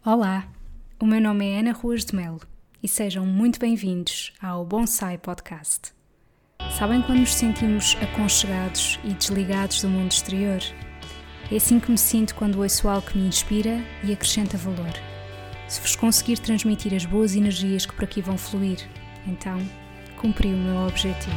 Olá, o meu nome é Ana Ruas de Melo e sejam muito bem-vindos ao Bonsai Podcast. Sabem quando nos sentimos aconchegados e desligados do mundo exterior? É assim que me sinto quando ouço algo que me inspira e acrescenta valor. Se vos conseguir transmitir as boas energias que por aqui vão fluir, então cumpri o meu objetivo.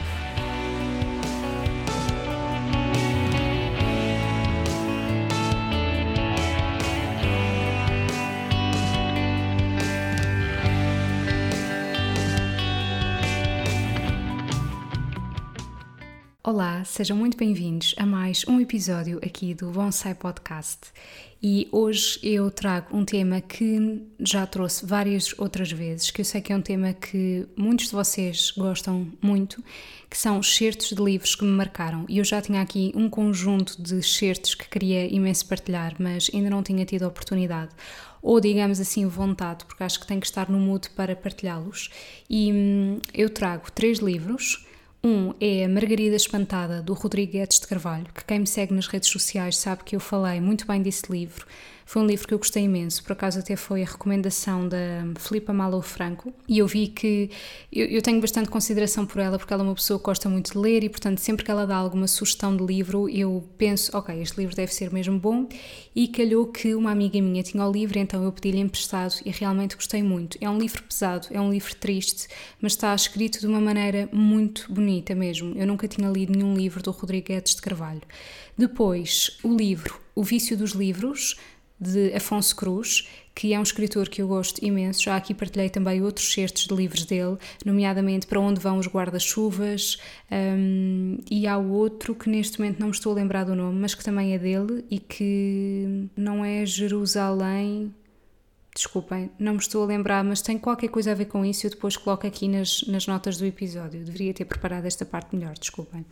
Olá, sejam muito bem-vindos a mais um episódio aqui do Bonsai Podcast e hoje eu trago um tema que já trouxe várias outras vezes, que eu sei que é um tema que muitos de vocês gostam muito, que são excertos de livros que me marcaram, e eu já tinha aqui um conjunto de excertos que queria imenso partilhar, mas ainda não tinha tido a oportunidade, ou digamos assim vontade, porque acho que tenho que estar no mood para partilhá-los, e eu trago 3 livros. Um é a Margarida Espantada, do Rodrigo Guedes de Carvalho, que quem me segue nas redes sociais sabe que eu falei muito bem desse livro. Foi um livro que eu gostei imenso, por acaso até foi a recomendação da Filipa Malo Franco, e eu vi que eu tenho bastante consideração por ela, porque ela é uma pessoa que gosta muito de ler e, portanto, sempre que ela dá alguma sugestão de livro, eu penso, ok, este livro deve ser mesmo bom, e calhou que uma amiga minha tinha o livro, então eu pedi-lhe emprestado e realmente gostei muito. É um livro pesado, é um livro triste, mas está escrito de uma maneira muito bonita mesmo. Eu nunca tinha lido nenhum livro do Rodrigo Guedes de Carvalho. Depois, o livro O Vício dos Livros, de Afonso Cruz, que é um escritor que eu gosto imenso. Já aqui partilhei também outros certos de livros dele, nomeadamente Para Onde Vão os Guarda-Chuvas, e há outro que neste momento não me estou a lembrar do nome, mas que também é dele e que não é Jerusalém, desculpem, não me estou a lembrar, mas tem qualquer coisa a ver com isso. Eu depois coloco aqui nas notas do episódio, deveria ter preparado esta parte melhor, desculpem.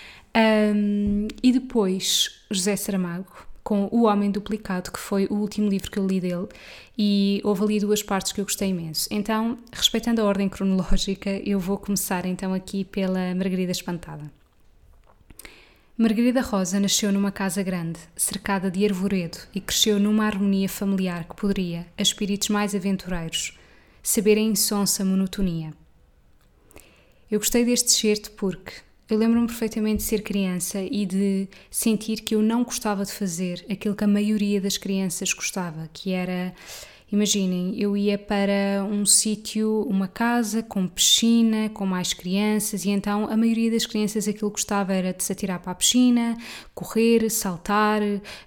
E depois José Saramago, com O Homem Duplicado, que foi o último livro que eu li dele, e houve ali 2 partes que eu gostei imenso. Então, respeitando a ordem cronológica, eu vou começar então aqui pela Margarida Espantada. Margarida Rosa nasceu numa casa grande, cercada de arvoredo, e cresceu numa harmonia familiar que poderia, a espíritos mais aventureiros, saber a insonsa monotonia. Eu gostei deste excerto porque eu lembro-me perfeitamente de ser criança e de sentir que eu não gostava de fazer aquilo que a maioria das crianças gostava, que era, imaginem, eu ia para um sítio, uma casa com piscina, com mais crianças, e então a maioria das crianças aquilo que gostava era de se atirar para a piscina, correr, saltar,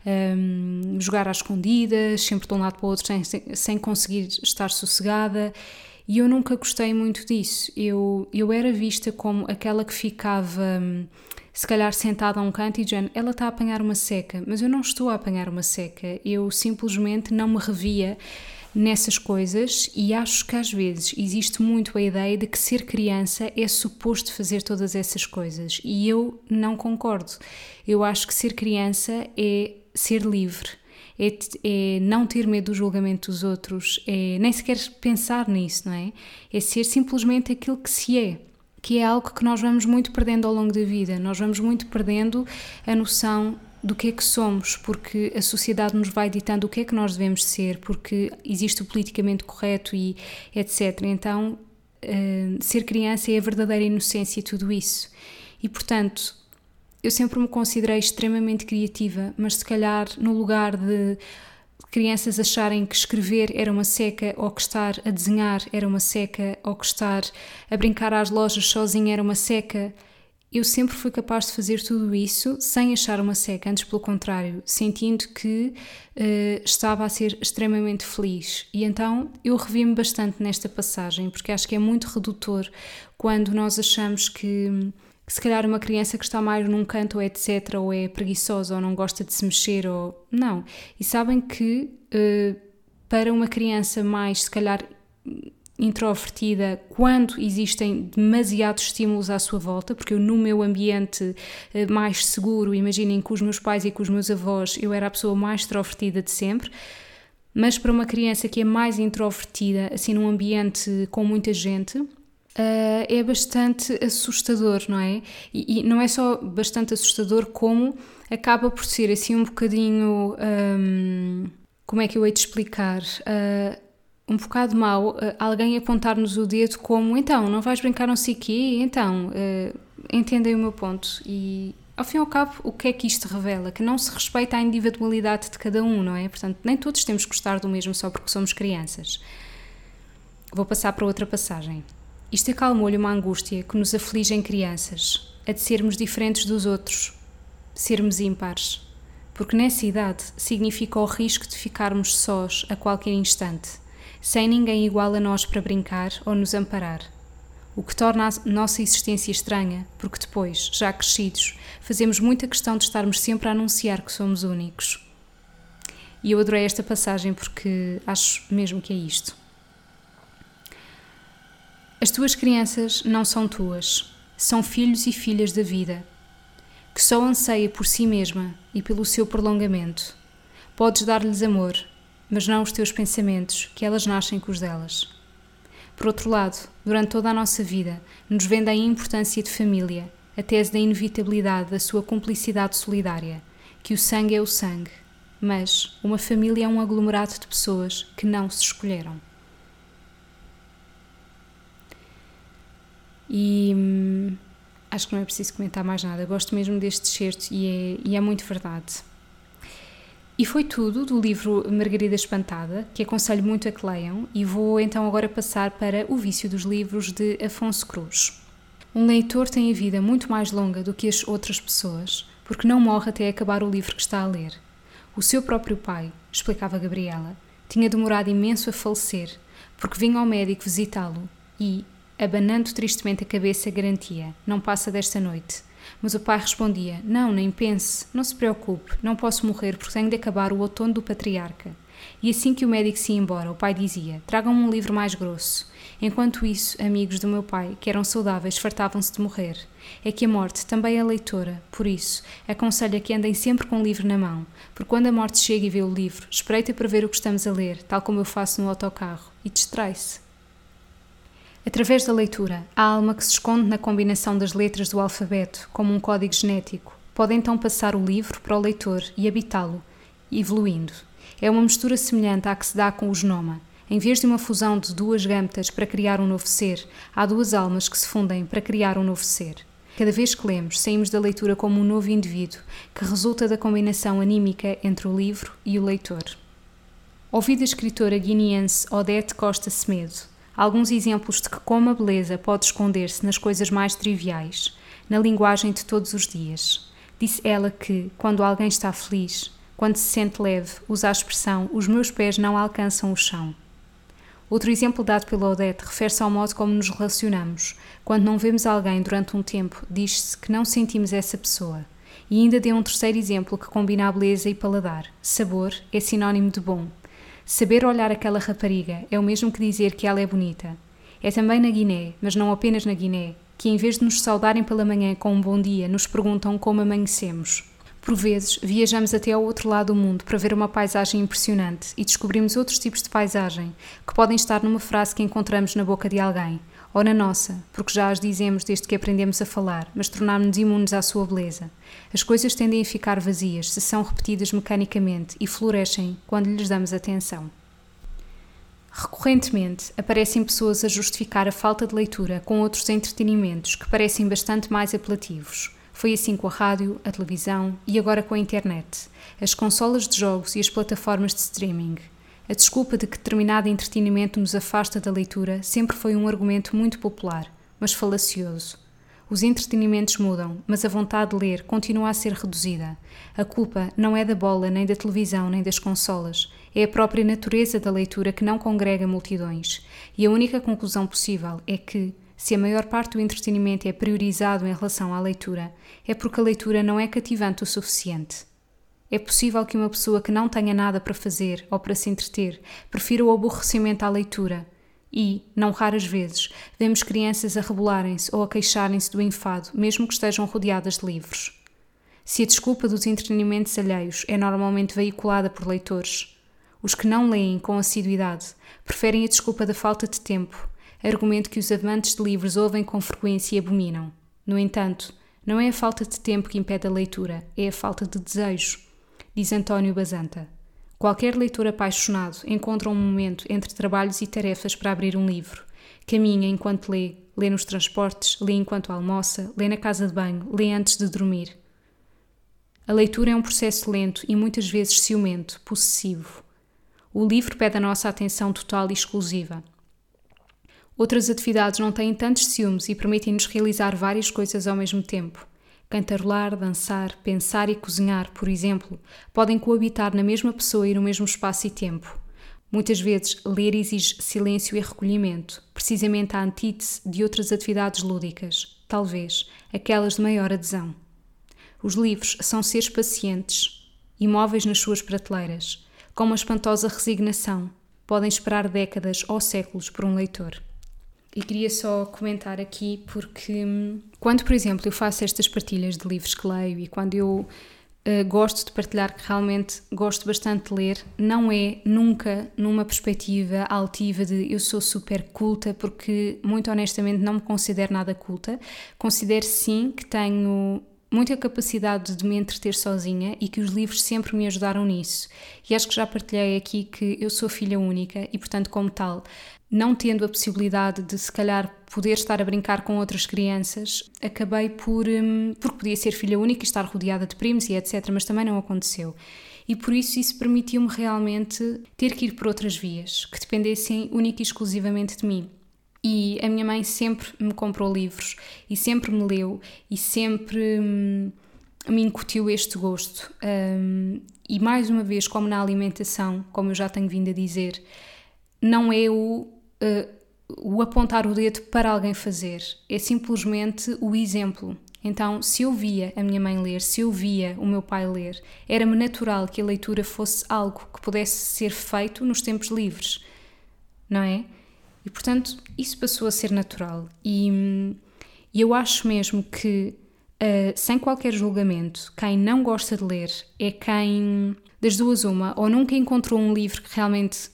jogar às escondidas, sempre de um lado para o outro sem conseguir estar sossegada. E eu nunca gostei muito disso. Eu era vista como aquela que ficava, se calhar, sentada a um canto e dizendo, ela está a apanhar uma seca, mas eu não estou a apanhar uma seca. Eu simplesmente não me revia nessas coisas, e acho que às vezes existe muito a ideia de que ser criança é suposto fazer todas essas coisas, e eu não concordo. Eu acho que ser criança é ser livre. É não ter medo do julgamento dos outros, é nem sequer pensar nisso, não é? É ser simplesmente aquilo que se é, que é algo que nós vamos muito perdendo ao longo da vida. Nós vamos muito perdendo a noção do que é que somos, porque a sociedade nos vai ditando o que é que nós devemos ser, porque existe o politicamente correto e etc. Então, ser criança é a verdadeira inocência e tudo isso. E, portanto, eu sempre me considerei extremamente criativa, mas se calhar no lugar de crianças acharem que escrever era uma seca, ou que estar a desenhar era uma seca, ou que estar a brincar às lojas sozinha era uma seca, eu sempre fui capaz de fazer tudo isso sem achar uma seca, antes pelo contrário, sentindo que estava a ser extremamente feliz. E então eu revi-me bastante nesta passagem, porque acho que é muito redutor quando nós achamos que se calhar uma criança que está mais num canto, ou etc., ou é preguiçosa, ou não gosta de se mexer, ou não. E sabem que para uma criança mais, se calhar, introvertida, quando existem demasiados estímulos à sua volta, porque eu no meu ambiente mais seguro, imaginem, com os meus pais e com os meus avós, eu era a pessoa mais extrovertida de sempre, mas para uma criança que é mais introvertida, assim num ambiente com muita gente, é bastante assustador, não é? E não é só bastante assustador, como acaba por ser assim um bocadinho como é que eu hei de explicar, um bocado mau alguém apontar-nos o dedo como, então, não vais brincar não sei o quê, então, entendem o meu ponto. E, ao fim e ao cabo, o que é que isto revela? Que não se respeita a individualidade de cada um, não é? Portanto, nem todos temos que gostar do mesmo só porque somos crianças. Vou passar para outra passagem. Isto acalmou-lhe uma angústia que nos aflige em crianças, a de sermos diferentes dos outros, sermos ímpares. Porque nessa idade significa o risco de ficarmos sós a qualquer instante, sem ninguém igual a nós para brincar ou nos amparar. O que torna a nossa existência estranha, porque depois, já crescidos, fazemos muita questão de estarmos sempre a anunciar que somos únicos. E eu adorei esta passagem porque acho mesmo que é isto. As tuas crianças não são tuas, são filhos e filhas da vida, que só anseia por si mesma e pelo seu prolongamento. Podes dar-lhes amor, mas não os teus pensamentos, que elas nascem com os delas. Por outro lado, durante toda a nossa vida, nos vendem a importância de família, a tese da inevitabilidade da sua cumplicidade solidária, que o sangue é o sangue, mas uma família é um aglomerado de pessoas que não se escolheram. E acho que não é preciso comentar mais nada. Eu gosto mesmo deste excerto e é muito verdade. E foi tudo do livro Margarida Espantada, que aconselho muito a que leiam, e vou então agora passar para O Vício dos Livros, de Afonso Cruz. Um leitor tem a vida muito mais longa do que as outras pessoas, porque não morre até acabar o livro que está a ler. O seu próprio pai, explicava Gabriela, tinha demorado imenso a falecer, porque vinha ao médico visitá-lo e, abanando tristemente a cabeça, garantia: não passa desta noite. Mas o pai respondia: não, nem pense, não se preocupe, não posso morrer porque tenho de acabar o outono do patriarca. E assim que o médico se ia embora, o pai dizia: tragam-me um livro mais grosso. Enquanto isso, amigos do meu pai, que eram saudáveis, fartavam-se de morrer. É que a morte também é leitora, por isso, aconselho que andem sempre com o livro na mão, porque quando a morte chega e vê o livro, espreita para ver o que estamos a ler, tal como eu faço no autocarro, e distrai-se. Através da leitura, a alma que se esconde na combinação das letras do alfabeto, como um código genético, pode então passar o livro para o leitor e habitá-lo, evoluindo. É uma mistura semelhante à que se dá com o genoma. Em vez de uma fusão de duas gâmetas para criar um novo ser, há duas almas que se fundem para criar um novo ser. Cada vez que lemos, saímos da leitura como um novo indivíduo, que resulta da combinação anímica entre o livro e o leitor. Ouvi da escritora guineense Odete Costa Semedo alguns exemplos de que como a beleza pode esconder-se nas coisas mais triviais, na linguagem de todos os dias. Disse ela que, quando alguém está feliz, quando se sente leve, usa a expressão "os meus pés não alcançam o chão". Outro exemplo dado pela Odete refere-se ao modo como nos relacionamos. Quando não vemos alguém durante um tempo, diz-se que não sentimos essa pessoa. E ainda deu um terceiro exemplo que combina a beleza e paladar. Sabor é sinónimo de bom. Saber olhar aquela rapariga é o mesmo que dizer que ela é bonita. É também na Guiné, mas não apenas na Guiné, que em vez de nos saudarem pela manhã com um bom dia, nos perguntam como amanhecemos. Por vezes, viajamos até ao outro lado do mundo para ver uma paisagem impressionante e descobrimos outros tipos de paisagem, que podem estar numa frase que encontramos na boca de alguém, ou na nossa, porque já as dizemos desde que aprendemos a falar, mas tornámos-nos imunes à sua beleza. As coisas tendem a ficar vazias se são repetidas mecanicamente e florescem quando lhes damos atenção. Recorrentemente, aparecem pessoas a justificar a falta de leitura com outros entretenimentos que parecem bastante mais apelativos. Foi assim com a rádio, a televisão e agora com a internet, as consolas de jogos e as plataformas de streaming. A desculpa de que determinado entretenimento nos afasta da leitura sempre foi um argumento muito popular, mas falacioso. Os entretenimentos mudam, mas a vontade de ler continua a ser reduzida. A culpa não é da bola, nem da televisão, nem das consolas. É a própria natureza da leitura que não congrega multidões. E a única conclusão possível é que, se a maior parte do entretenimento é priorizado em relação à leitura, é porque a leitura não é cativante o suficiente. É possível que uma pessoa que não tenha nada para fazer ou para se entreter prefira o aborrecimento à leitura e, não raras vezes, vemos crianças a rebolarem-se ou a queixarem-se do enfado, mesmo que estejam rodeadas de livros. Se a desculpa dos entretenimentos alheios é normalmente veiculada por leitores, os que não leem com assiduidade preferem a desculpa da falta de tempo, argumento que os amantes de livros ouvem com frequência e abominam. No entanto, não é a falta de tempo que impede a leitura, é a falta de desejo. Diz António Basanta. Qualquer leitor apaixonado encontra um momento entre trabalhos e tarefas para abrir um livro. Caminha enquanto lê, lê nos transportes, lê enquanto almoça, lê na casa de banho, lê antes de dormir. A leitura é um processo lento e muitas vezes ciumento, possessivo. O livro pede a nossa atenção total e exclusiva. Outras atividades não têm tantos ciúmes e permitem-nos realizar várias coisas ao mesmo tempo. Cantarolar, dançar, pensar e cozinhar, por exemplo, podem coabitar na mesma pessoa e no mesmo espaço e tempo. Muitas vezes, ler exige silêncio e recolhimento, precisamente a antítese de outras atividades lúdicas, talvez aquelas de maior adesão. Os livros são seres pacientes, imóveis nas suas prateleiras, com uma espantosa resignação, podem esperar décadas ou séculos por um leitor. E queria só comentar aqui porque quando, por exemplo, eu faço estas partilhas de livros que leio e quando eu gosto de partilhar que realmente gosto bastante de ler, não é nunca numa perspectiva altiva de eu sou super culta, porque muito honestamente não me considero nada culta. Considero sim que tenho muita capacidade de me entreter sozinha e que os livros sempre me ajudaram nisso. E acho que já partilhei aqui que eu sou filha única e, portanto, como tal, não tendo a possibilidade de, se calhar, poder estar a brincar com outras crianças, acabei porque podia ser filha única e estar rodeada de primos e etc., mas também não aconteceu. E por isso permitiu-me realmente ter que ir por outras vias, que dependessem única e exclusivamente de mim. E a minha mãe sempre me comprou livros e sempre me leu e sempre me incutiu este gosto. E mais uma vez, como na alimentação, como eu já tenho vindo a dizer, não é o apontar o dedo para alguém fazer, é simplesmente o exemplo. Então, se eu via a minha mãe ler, se eu via o meu pai ler, era-me natural que a leitura fosse algo que pudesse ser feito nos tempos livres, não é? E, portanto, isso passou a ser natural. E eu acho mesmo que, sem qualquer julgamento, quem não gosta de ler é quem, das duas uma, ou nunca encontrou um livro que realmente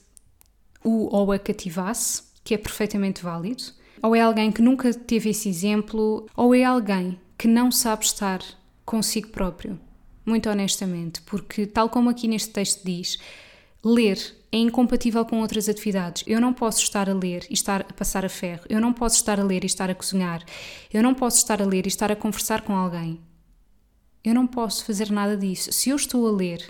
ou a cativasse, que é perfeitamente válido, ou é alguém que nunca teve esse exemplo, ou é alguém que não sabe estar consigo próprio, muito honestamente, porque, tal como aqui neste texto diz, ler é incompatível com outras atividades. Eu não posso estar a ler e estar a passar a ferro. Eu não posso estar a ler e estar a cozinhar. Eu não posso estar a ler e estar a conversar com alguém. Eu não posso fazer nada disso. Se eu estou a ler,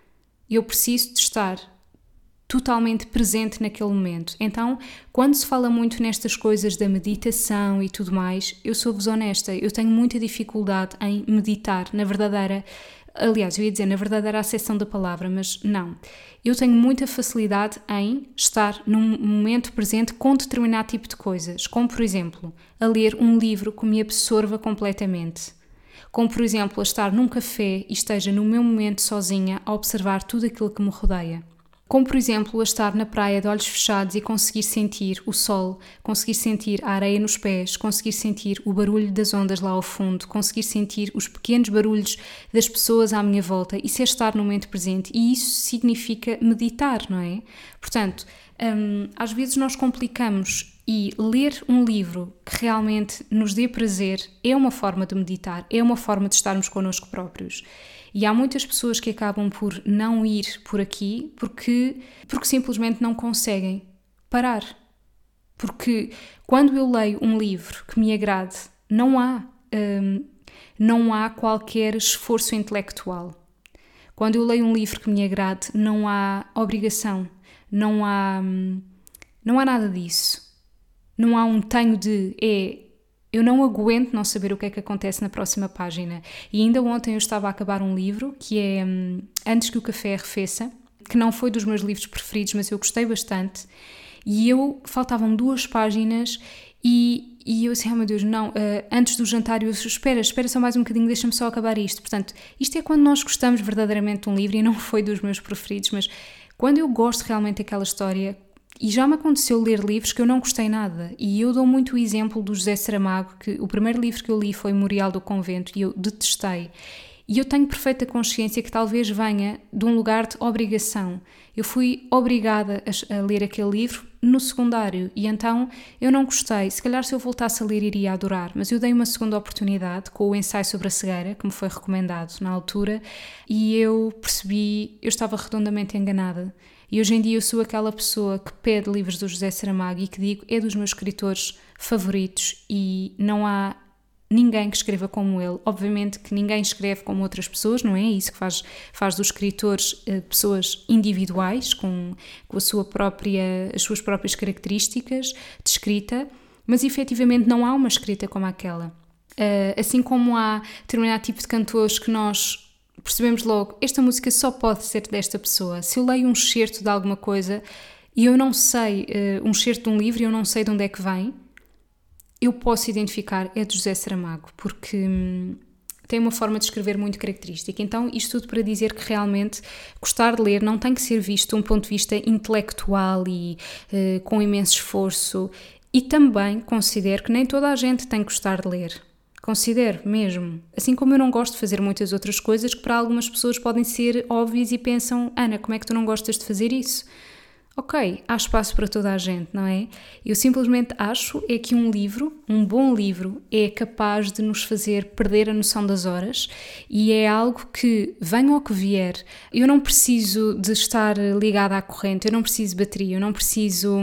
eu preciso de estar totalmente presente naquele momento. Então, quando se fala muito nestas coisas da meditação e tudo mais, eu sou-vos honesta, eu tenho muita dificuldade em meditar na verdadeira. Aliás, eu ia dizer na verdadeira acessão da palavra, mas não. Eu tenho muita facilidade em estar num momento presente com determinado tipo de coisas, como, por exemplo, a ler um livro que me absorva completamente. Como, por exemplo, a estar num café e esteja no meu momento sozinha a observar tudo aquilo que me rodeia. Como, por exemplo, a estar na praia de olhos fechados e conseguir sentir o sol, conseguir sentir a areia nos pés, conseguir sentir o barulho das ondas lá ao fundo, conseguir sentir os pequenos barulhos das pessoas à minha volta. Isso é estar no momento presente e isso significa meditar, não é? Portanto, às vezes nós complicamos e ler um livro que realmente nos dê prazer é uma forma de meditar, é uma forma de estarmos connosco próprios. E há muitas pessoas que acabam por não ir por aqui porque simplesmente não conseguem parar. Porque quando eu leio um livro que me agrade, não há qualquer esforço intelectual. Quando eu leio um livro que me agrade, não há obrigação, não há nada disso. Não há um tenho de... Eu não aguento não saber o que é que acontece na próxima página. E ainda ontem eu estava a acabar um livro que é Antes que o Café Arrefeça, que não foi dos meus livros preferidos, mas eu gostei bastante. E faltavam 2 páginas e eu disse, meu Deus, não, antes do jantar eu espera só mais um bocadinho, deixa-me só acabar isto. Portanto, isto é quando nós gostamos verdadeiramente de um livro e não foi dos meus preferidos, mas quando eu gosto realmente daquela história... E já me aconteceu ler livros que eu não gostei nada. E eu dou muito o exemplo do José Saramago, que o primeiro livro que eu li foi Memorial do Convento e eu detestei. E eu tenho perfeita consciência que talvez venha de um lugar de obrigação. Eu fui obrigada a ler aquele livro no secundário e então eu não gostei. Se calhar se eu voltasse a ler iria adorar, mas eu dei uma segunda oportunidade com o ensaio sobre a cegueira, que me foi recomendado na altura, e eu percebi, eu estava redondamente enganada. E hoje em dia eu sou aquela pessoa que pede livros do José Saramago e que digo, é dos meus escritores favoritos e não há ninguém que escreva como ele. Obviamente que ninguém escreve como outras pessoas, não é? Isso que faz dos escritores pessoas individuais, com as suas próprias características de escrita, mas efetivamente não há uma escrita como aquela. Assim como há determinado tipo de cantores que nós percebemos logo, esta música só pode ser desta pessoa. Se eu leio um excerto de alguma coisa e eu não sei, um excerto de um livro e eu não sei de onde é que vem, eu posso identificar, é de José Saramago, porque tem uma forma de escrever muito característica. Então, isto tudo para dizer que realmente gostar de ler não tem que ser visto de um ponto de vista intelectual e com imenso esforço. E também considero que nem toda a gente tem que gostar de ler. Considero mesmo. Assim como eu não gosto de fazer muitas outras coisas que para algumas pessoas podem ser óbvias e pensam, Ana, como é que tu não gostas de fazer isso? Ok, há espaço para toda a gente, não é? Eu simplesmente acho é que um livro, um bom livro, é capaz de nos fazer perder a noção das horas e é algo que, venha o que vier, eu não preciso de estar ligada à corrente, eu não preciso de bateria, eu não preciso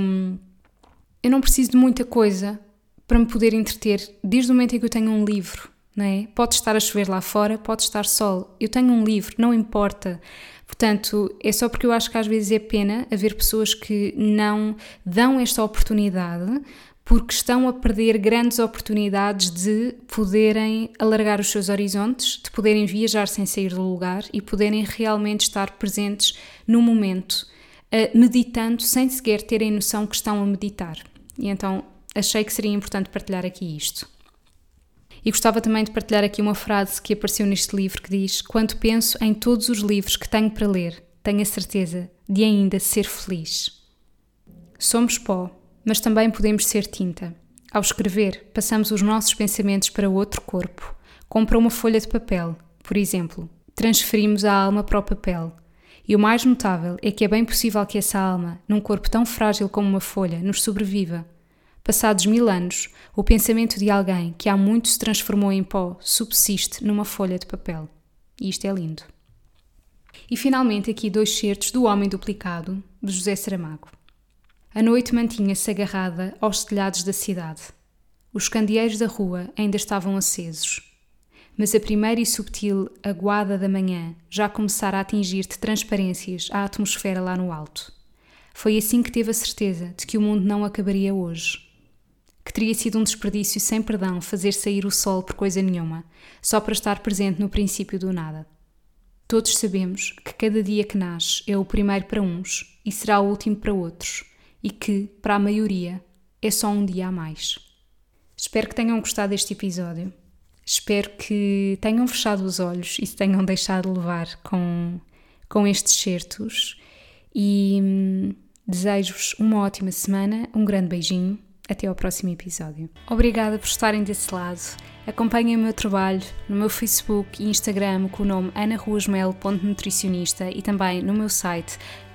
de muita coisa para me poder entreter desde o momento em que eu tenho um livro, não é? Pode estar a chover lá fora, pode estar sol, eu tenho um livro, não importa. Portanto, é só porque eu acho que às vezes é pena haver pessoas que não dão esta oportunidade porque estão a perder grandes oportunidades de poderem alargar os seus horizontes, de poderem viajar sem sair do lugar e poderem realmente estar presentes no momento, meditando sem sequer terem noção que estão a meditar. E então achei que seria importante partilhar aqui isto. E gostava também de partilhar aqui uma frase que apareceu neste livro que diz: quando penso em todos os livros que tenho para ler, tenho a certeza de ainda ser feliz. Somos pó, mas também podemos ser tinta. Ao escrever, passamos os nossos pensamentos para outro corpo, como para uma folha de papel, por exemplo. Transferimos a alma para o papel. E o mais notável é que é bem possível que essa alma, num corpo tão frágil como uma folha, nos sobreviva. Passados 1000 anos, o pensamento de alguém que há muito se transformou em pó subsiste numa folha de papel. E isto é lindo. E finalmente aqui 2 certos do Homem Duplicado, de José Saramago. A noite mantinha-se agarrada aos telhados da cidade. Os candeeiros da rua ainda estavam acesos. Mas a primeira e subtil aguada da manhã já começara a atingir de transparências a atmosfera lá no alto. Foi assim que teve a certeza de que o mundo não acabaria hoje. Que teria sido um desperdício sem perdão fazer sair o sol por coisa nenhuma, só para estar presente no princípio do nada. Todos sabemos que cada dia que nasce é o primeiro para uns e será o último para outros, e que, para a maioria, é só um dia a mais. Espero que tenham gostado deste episódio. Espero que tenham fechado os olhos e se tenham deixado levar com estes certos. E desejo-vos uma ótima semana, um grande beijinho. Até ao próximo episódio. Obrigada por estarem desse lado. Acompanhem o meu trabalho no meu Facebook e Instagram com o nome anaruasmel.nutricionista e também no meu site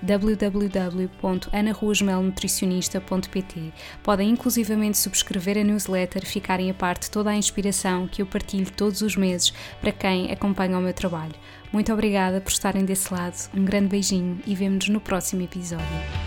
www.anaruasmelnutricionista.pt. Podem inclusivamente subscrever a newsletter, ficarem a parte de toda a inspiração que eu partilho todos os meses para quem acompanha o meu trabalho. Muito obrigada por estarem desse lado. Um grande beijinho e vemo-nos no próximo episódio.